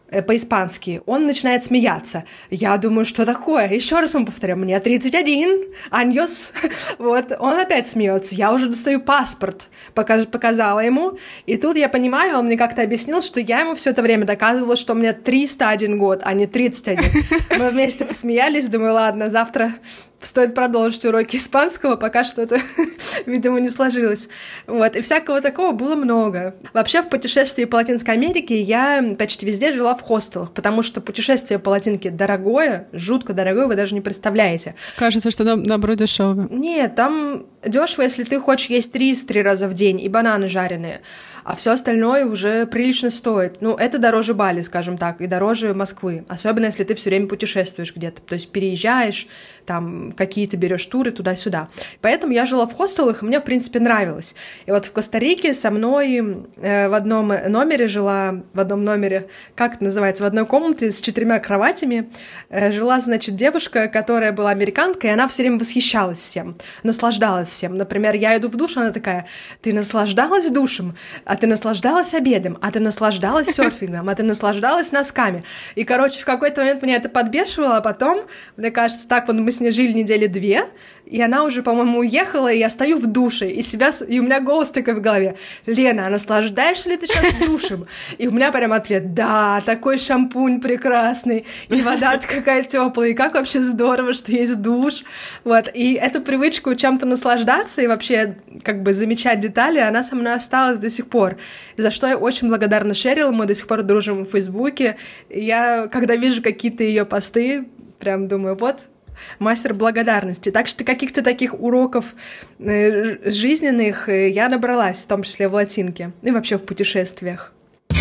по-испански, он начинает смеяться. Я думаю, что такое? Еще раз ему повторяю, мне 31, аньос. Вот, он опять смеется. Я уже достаю паспорт, показала ему. И тут я понимаю, он мне как-то объяснил, что я ему все это время доказывала, что у меня 301 год, а не 31. Мы вместе посмеялись, думаю, ладно, завтра стоит продолжить уроки испанского, пока что-то, видимо, не сложилось. Вот, и всякого такого было много. Вообще, в путешествии по Латинской Америке я почти везде жила в хостелах, потому что путешествие по Латинке дорогое, жутко дорогое, вы даже не представляете. Кажется, что наоборот дешевое. Нет, там дешево, если ты хочешь есть рис 3 раза в день и бананы жареные, а все остальное уже прилично стоит. Ну, это дороже Бали, скажем так, и дороже Москвы, особенно если ты все время путешествуешь где-то, то есть переезжаешь, там какие-то берешь туры туда-сюда. Поэтому я жила в хостелах, и мне, в принципе, нравилось. И вот в Коста-Рике со мной в одном номере жила, как это называется, в одной комнате с 4 кроватями жила, значит, девушка, которая была американкой, и она все время восхищалась всем, наслаждалась всем. Например, я иду в душ, она такая: ты наслаждалась душем, а ты наслаждалась обедом, а ты наслаждалась серфингом, а ты наслаждалась носками. И, короче, в какой-то момент меня это подбешивало, а потом, мне кажется, так вот мы с ней жили 2 недели, и она уже, по-моему, уехала, и я стою в душе, и у меня голос такой в голове: Лена, а наслаждаешься ли ты сейчас душем? И у меня прям ответ: да, такой шампунь прекрасный, и вода какая теплая, и как вообще здорово, что есть душ. Вот, и эту привычку чем-то наслаждаться и вообще как бы замечать детали, она со мной осталась до сих пор, за что я очень благодарна Шерил, мы до сих пор дружим в Фейсбуке. И я, когда вижу какие-то ее посты, прям думаю, вот, мастер благодарности. Так что каких-то таких уроков жизненных я набралась, в том числе в Латинке и вообще в путешествиях.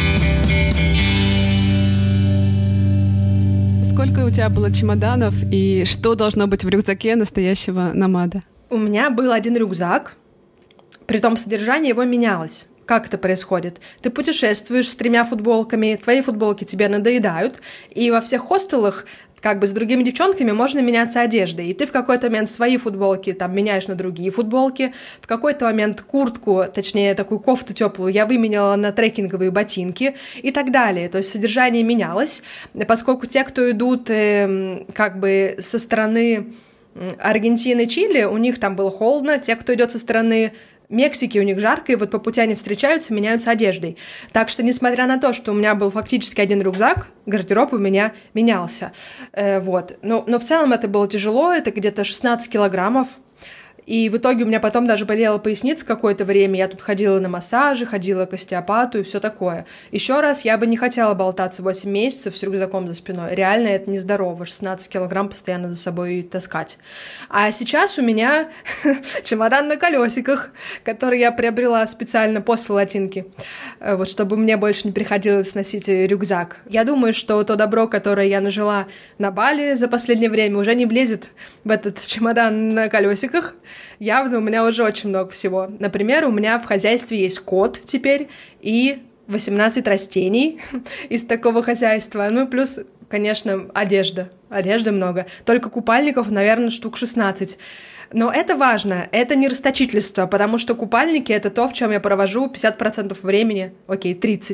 Сколько у тебя было чемоданов и что должно быть в рюкзаке настоящего номада? У меня был 1 рюкзак, притом содержание его менялось. Как это происходит? Ты путешествуешь с 3 футболками, твои футболки тебе надоедают, и во всех хостелах как бы с другими девчонками можно меняться одеждой, и ты в какой-то момент свои футболки там меняешь на другие футболки, в какой-то момент куртку, точнее такую кофту теплую я выменяла на трекинговые ботинки и так далее, то есть содержание менялось, поскольку те, кто идут как бы со стороны Аргентины, Чили, у них там было холодно, те, кто идет со стороны Мексики, у них жарко, и вот по пути они встречаются, меняются одеждой. Так что, несмотря на то, что у меня был фактически 1 рюкзак, гардероб у меня менялся. Вот. Но в целом это было тяжело, это где-то 16 килограммов. И в итоге у меня потом даже болела поясница какое-то время, я тут ходила на массажи, ходила к остеопату и все такое. Еще раз, я бы не хотела болтаться 8 месяцев с рюкзаком за спиной. Реально это нездорово, 16 килограмм постоянно за собой таскать. А сейчас у меня чемодан на колесиках, который я приобрела специально после Латинки, вот, чтобы мне больше не приходилось носить рюкзак. Я думаю, что то добро, которое я нажила на Бали за последнее время, уже не влезет в этот чемодан на колесиках. Явно у меня уже очень много всего. Например, у меня в хозяйстве есть кот теперь и 18 растений из такого хозяйства. Ну и плюс, конечно, одежда. Одежды много. Только купальников, наверное, штук 16. Но это важно, это не расточительство, потому что купальники — это то, в чем я провожу 50% времени, окей,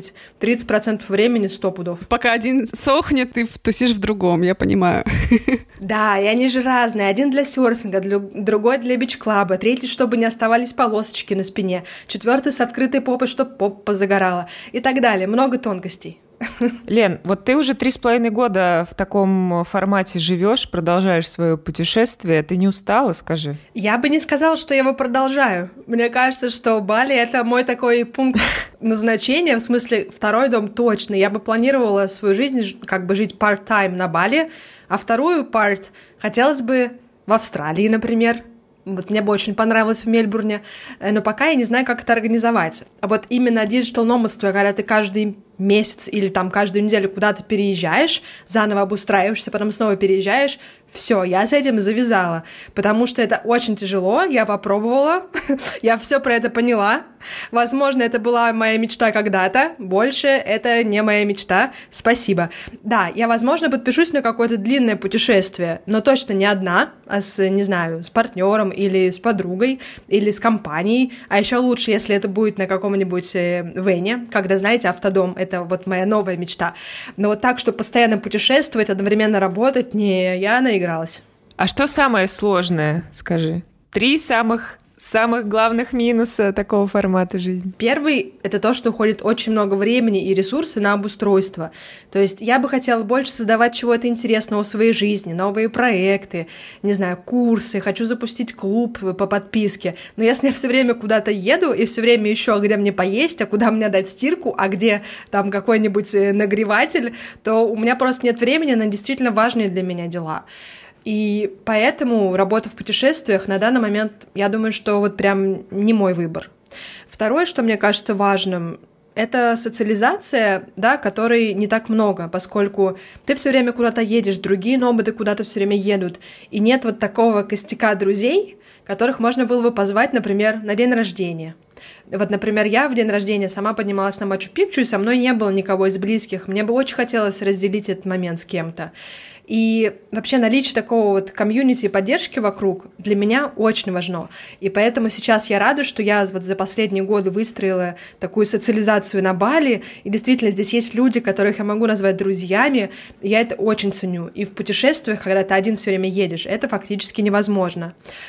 30% времени 100 пудов. Пока один сохнет, ты тусишь в другом, я понимаю. Да, и они же разные. Один для серфинга, другой для бич-клаба, 3, чтобы не оставались полосочки на спине, 4 с открытой попой, чтобы попа загорала и так далее. Много тонкостей. Лен, вот ты уже 3,5 года в таком формате живешь, продолжаешь свое путешествие. Ты не устала, скажи? Я бы не сказала, что я его продолжаю. Мне кажется, что Бали — это мой такой пункт назначения, в смысле 2-й дом точно. Я бы планировала свою жизнь как бы жить part-time на Бали, а 2-ю part хотелось бы в Австралии, например. Вот мне бы очень понравилось в Мельбурне, но пока я не знаю, как это организовать. А вот именно диджитал-номадство, когда ты каждый месяц или там каждую неделю куда-то переезжаешь, заново обустраиваешься, потом снова переезжаешь, все, я с этим завязала, потому что это очень тяжело, я попробовала, я все про это поняла. Возможно, это была моя мечта когда-то, больше это не моя мечта, спасибо. Да, я, возможно, подпишусь на какое-то длинное путешествие, но точно не одна, а не знаю, с партнером или с подругой, или с компанией, а еще лучше, если это будет на каком-нибудь вене, когда, знаете, автодом, это вот моя новая мечта. Но вот так, чтобы постоянно путешествовать, одновременно работать, не, я наигралась. А что самое сложное, скажи? 3 самых главных минуса такого формата жизни? Первый — это то, что уходит очень много времени и ресурсов на обустройство. То есть я бы хотела больше создавать чего-то интересного в своей жизни, новые проекты, не знаю, курсы, хочу запустить клуб по подписке. Но если я все время куда-то еду и все время ищу, где мне поесть, а куда мне дать стирку, а где там какой-нибудь нагреватель, то у меня просто нет времени на действительно важные для меня дела. И поэтому работа в путешествиях на данный момент, я думаю, что вот прям не мой выбор. Второе, что мне кажется важным, это социализация, да, которой не так много, поскольку ты все время куда-то едешь, другие ноботы куда-то все время едут, и нет вот такого костяка друзей, которых можно было бы позвать, например, на день рождения. Вот, например, я в день рождения сама поднималась на Мачу-Пикчу, и со мной не было никого из близких. Мне бы очень хотелось разделить этот момент с кем-то. И вообще наличие такого вот комьюнити и поддержки вокруг для меня очень важно. И поэтому сейчас я рада, что я вот за последние годы выстроила такую социализацию на Бали, и действительно здесь есть люди, которых я могу назвать друзьями, и я это очень ценю. И в путешествиях, когда ты один все время едешь, это фактически невозможно.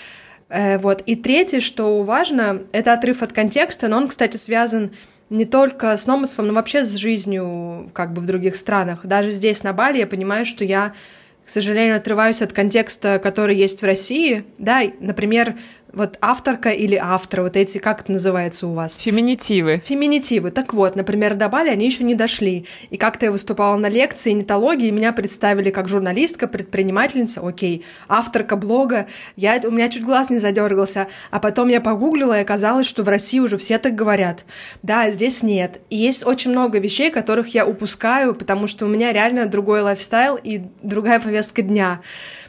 Вот. И третье, что важно, это отрыв от контекста, но он, кстати, связан не только с номадством, но вообще с жизнью как бы в других странах. Даже здесь, на Бали, я понимаю, что я, к сожалению, отрываюсь от контекста, который есть в России. Да, например, вот авторка или автор, вот эти, как это называется у вас? Феминитивы. Феминитивы. Так вот, например, до Бали они еще не дошли. И как-то я выступала на лекции нетологии, меня представили как журналистка, предпринимательница, окей, авторка блога. У меня чуть глаз не задергался. А потом я погуглила, и оказалось, что в России уже все так говорят. Да, здесь нет. И есть очень много вещей, которых я упускаю, потому что у меня реально другой лайфстайл и другая повестка дня.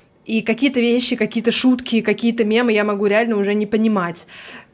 И какие-то вещи, какие-то шутки, какие-то мемы я могу реально уже не понимать.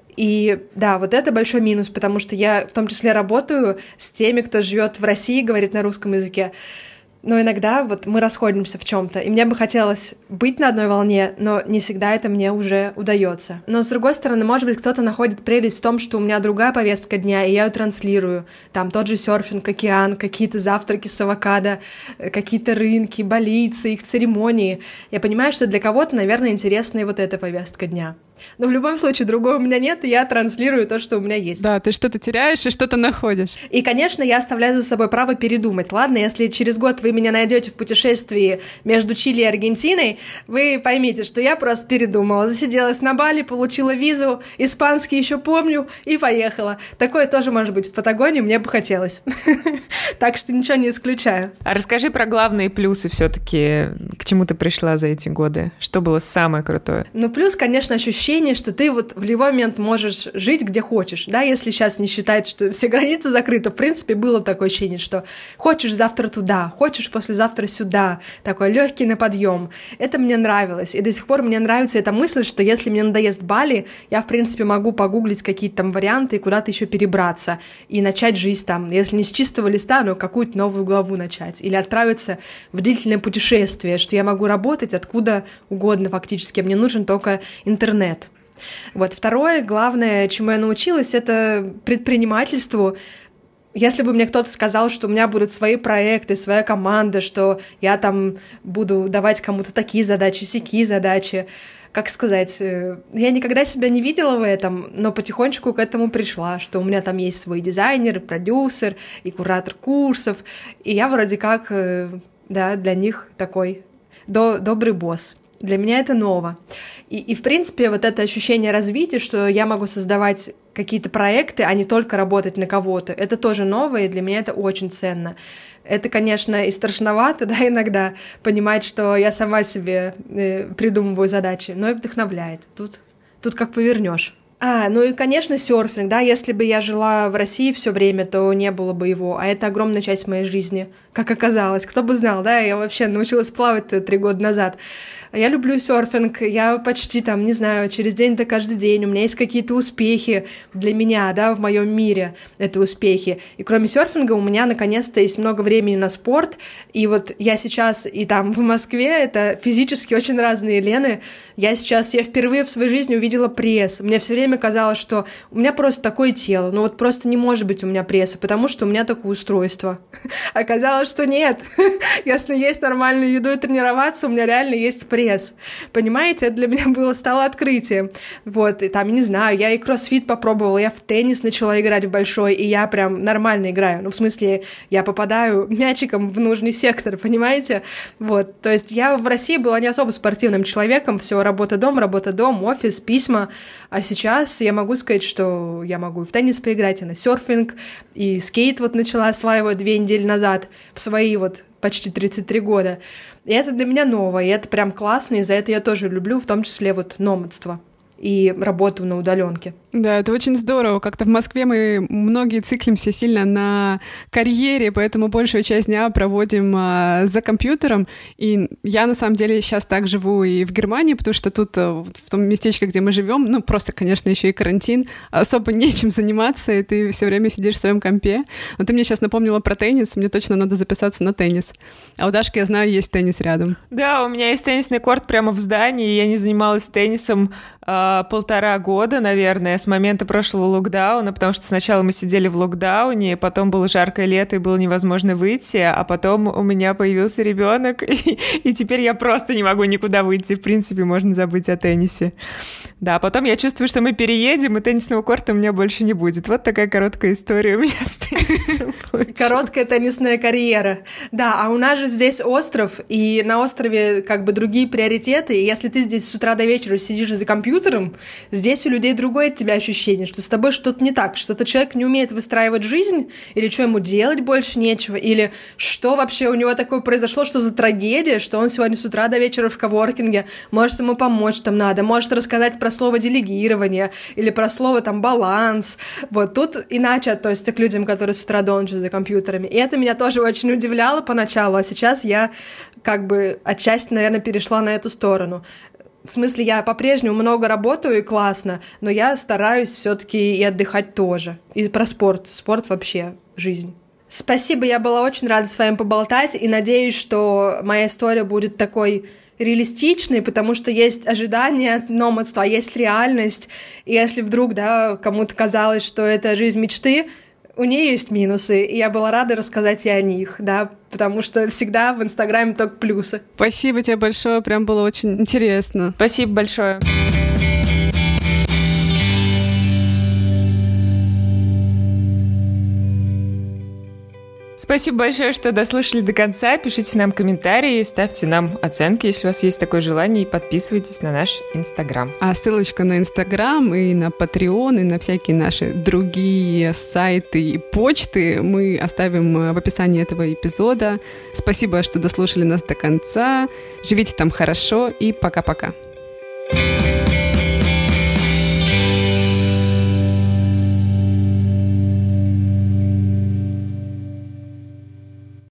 И да, вот это большой минус, потому что я в том числе работаю с теми, кто живет в России, говорит на русском языке. Но иногда вот мы расходимся в чем-то, и мне бы хотелось быть на одной волне, но не всегда это мне уже удается. Но с другой стороны, может быть, кто-то находит прелесть в том, что у меня другая повестка дня, и я ее транслирую. Там тот же серфинг, океан, какие-то завтраки с авокадо, какие-то рынки, балийцы, их церемонии. Я понимаю, что для кого-то, наверное, интересна и вот эта повестка дня. Но в любом случае, другого у меня нет, и я транслирую то, что у меня есть. Да, ты что-то теряешь и что-то находишь. И, конечно, я оставляю за собой право передумать. Ладно, если через год вы меня найдете в путешествии между Чили и Аргентиной, вы поймите, что я просто передумала. Засиделась на Бали, получила визу, испанский еще помню, и поехала. Такое тоже может быть в Патагонии, мне бы хотелось. Так что ничего не исключаю. А расскажи про главные плюсы все-таки, к чему ты пришла за эти годы. Что было самое крутое? Ну, плюс, конечно, ощущение, что ты вот в любой момент можешь жить где хочешь, да, если сейчас не считать, что все границы закрыты, в принципе, было такое ощущение, что хочешь завтра туда, хочешь послезавтра сюда, такой легкий на подъем. Это мне нравилось, и до сих пор мне нравится эта мысль, что если мне надоест Бали, я, в принципе, могу погуглить какие-то там варианты и куда-то еще перебраться и начать жизнь там, если не с чистого листа, но какую-то новую главу начать, или отправиться в длительное путешествие, что я могу работать откуда угодно фактически, мне нужен только интернет. Вот. Второе, главное, чему я научилась, это предпринимательству. Если бы мне кто-то сказал, что у меня будут свои проекты, своя команда, что я там буду давать кому-то такие задачи, сякие задачи, как сказать, я никогда себя не видела в этом, но потихонечку к этому пришла, что у меня там есть свой дизайнер, продюсер и куратор курсов, и я вроде как, да, для них такой добрый босс. Для меня это ново. И, в принципе, вот это ощущение развития, что я могу создавать какие-то проекты, а не только работать на кого-то, это тоже новое, и для меня это очень ценно. Это, конечно, и страшновато, да, иногда понимать, что я сама себе придумываю задачи, но и вдохновляет. Тут как повернешь. Ну и, конечно, серфинг, да, если бы я жила в России все время, то не было бы его, а это огромная часть моей жизни, как оказалось. Кто бы знал, да, я вообще научилась плавать 3 года назад. Я люблю серфинг, я почти там, не знаю, через день это каждый день, у меня есть какие-то успехи для меня, да, в моем мире это успехи. И кроме серфинга у меня наконец-то есть много времени на спорт, и вот я сейчас и там в Москве, это физически очень разные Лены. Я впервые в своей жизни увидела пресс. Мне все время казалось, что у меня просто такое тело, ну вот просто не может быть у меня пресса, потому что у меня такое устройство. Оказалось, что нет. Если есть нормальную еду и тренироваться, у меня реально есть пресс. Понимаете, это для меня стало открытием. Вот, и там, не знаю, я и кроссфит попробовала, я в теннис начала играть в большой, и я прям нормально играю. Ну, в смысле, я попадаю мячиком в нужный сектор, понимаете? Вот, то есть я в России была не особо спортивным человеком, все работа-дом, офис, письма, а сейчас я могу сказать, что я могу и в теннис поиграть, и на серфинг, и скейт вот начала осваивать 2 недели назад, в свои вот почти 33 года. И это для меня новое, и это прям классно, и за это я тоже люблю, в том числе вот номадство и работу на удаленке. Да, это очень здорово. Как-то в Москве мы многие циклимся сильно на карьере, поэтому большую часть дня проводим за компьютером. И я, на самом деле, сейчас так живу и в Германии, потому что тут, в том местечке, где мы живем, ну, просто, конечно, еще и карантин, особо нечем заниматься, и ты все время сидишь в своем компе. Но ты мне сейчас напомнила про теннис, мне точно надо записаться на теннис. А у Дашки, я знаю, есть теннис рядом. Да, у меня есть теннисный корт прямо в здании, я не занималась теннисом 1,5 года, наверное, с момента прошлого локдауна, потому что сначала мы сидели в локдауне, потом было жаркое лето и было невозможно выйти, а потом у меня появился ребенок, и теперь я просто не могу никуда выйти. В принципе, можно забыть о теннисе. Да, потом я чувствую, что мы переедем, и теннисного корта у меня больше не будет. Вот такая короткая история у меня с теннисом. Короткая теннисная карьера. Да, а у нас же здесь остров, и на острове как бы другие приоритеты, и если ты здесь с утра до вечера сидишь за компьютером, здесь у людей другое от тебя ощущение, что с тобой что-то не так, что-то человек не умеет выстраивать жизнь, или что ему делать больше нечего, или что вообще у него такое произошло, что за трагедия, что он сегодня с утра до вечера в коворкинге, может ему помочь там надо, может рассказать про слово делегирование, или про слово там баланс. Вот тут иначе относятся к людям, которые с утра до ночи за компьютерами. И это меня тоже очень удивляло поначалу, а сейчас я как бы отчасти, наверное, перешла на эту сторону. В смысле, я по-прежнему много работаю и классно, но я стараюсь все-таки и отдыхать тоже. И про спорт. Спорт вообще жизнь. Спасибо, я была очень рада с вами поболтать, и надеюсь, что моя история будет такой реалистичной, потому что есть ожидания от номадства, есть реальность. И если вдруг, да, кому-то казалось, что это жизнь мечты, у нее есть минусы, и я была рада рассказать и о них, да, потому что всегда в Инстаграме только плюсы. Спасибо тебе большое, прям было очень интересно. Спасибо большое. Спасибо большое, что дослушали до конца. Пишите нам комментарии, ставьте нам оценки, если у вас есть такое желание, и подписывайтесь на наш Инстаграм. А ссылочка на Инстаграм и на Patreon, и на всякие наши другие сайты и почты мы оставим в описании этого эпизода. Спасибо, что дослушали нас до конца. Живите там хорошо, и пока-пока.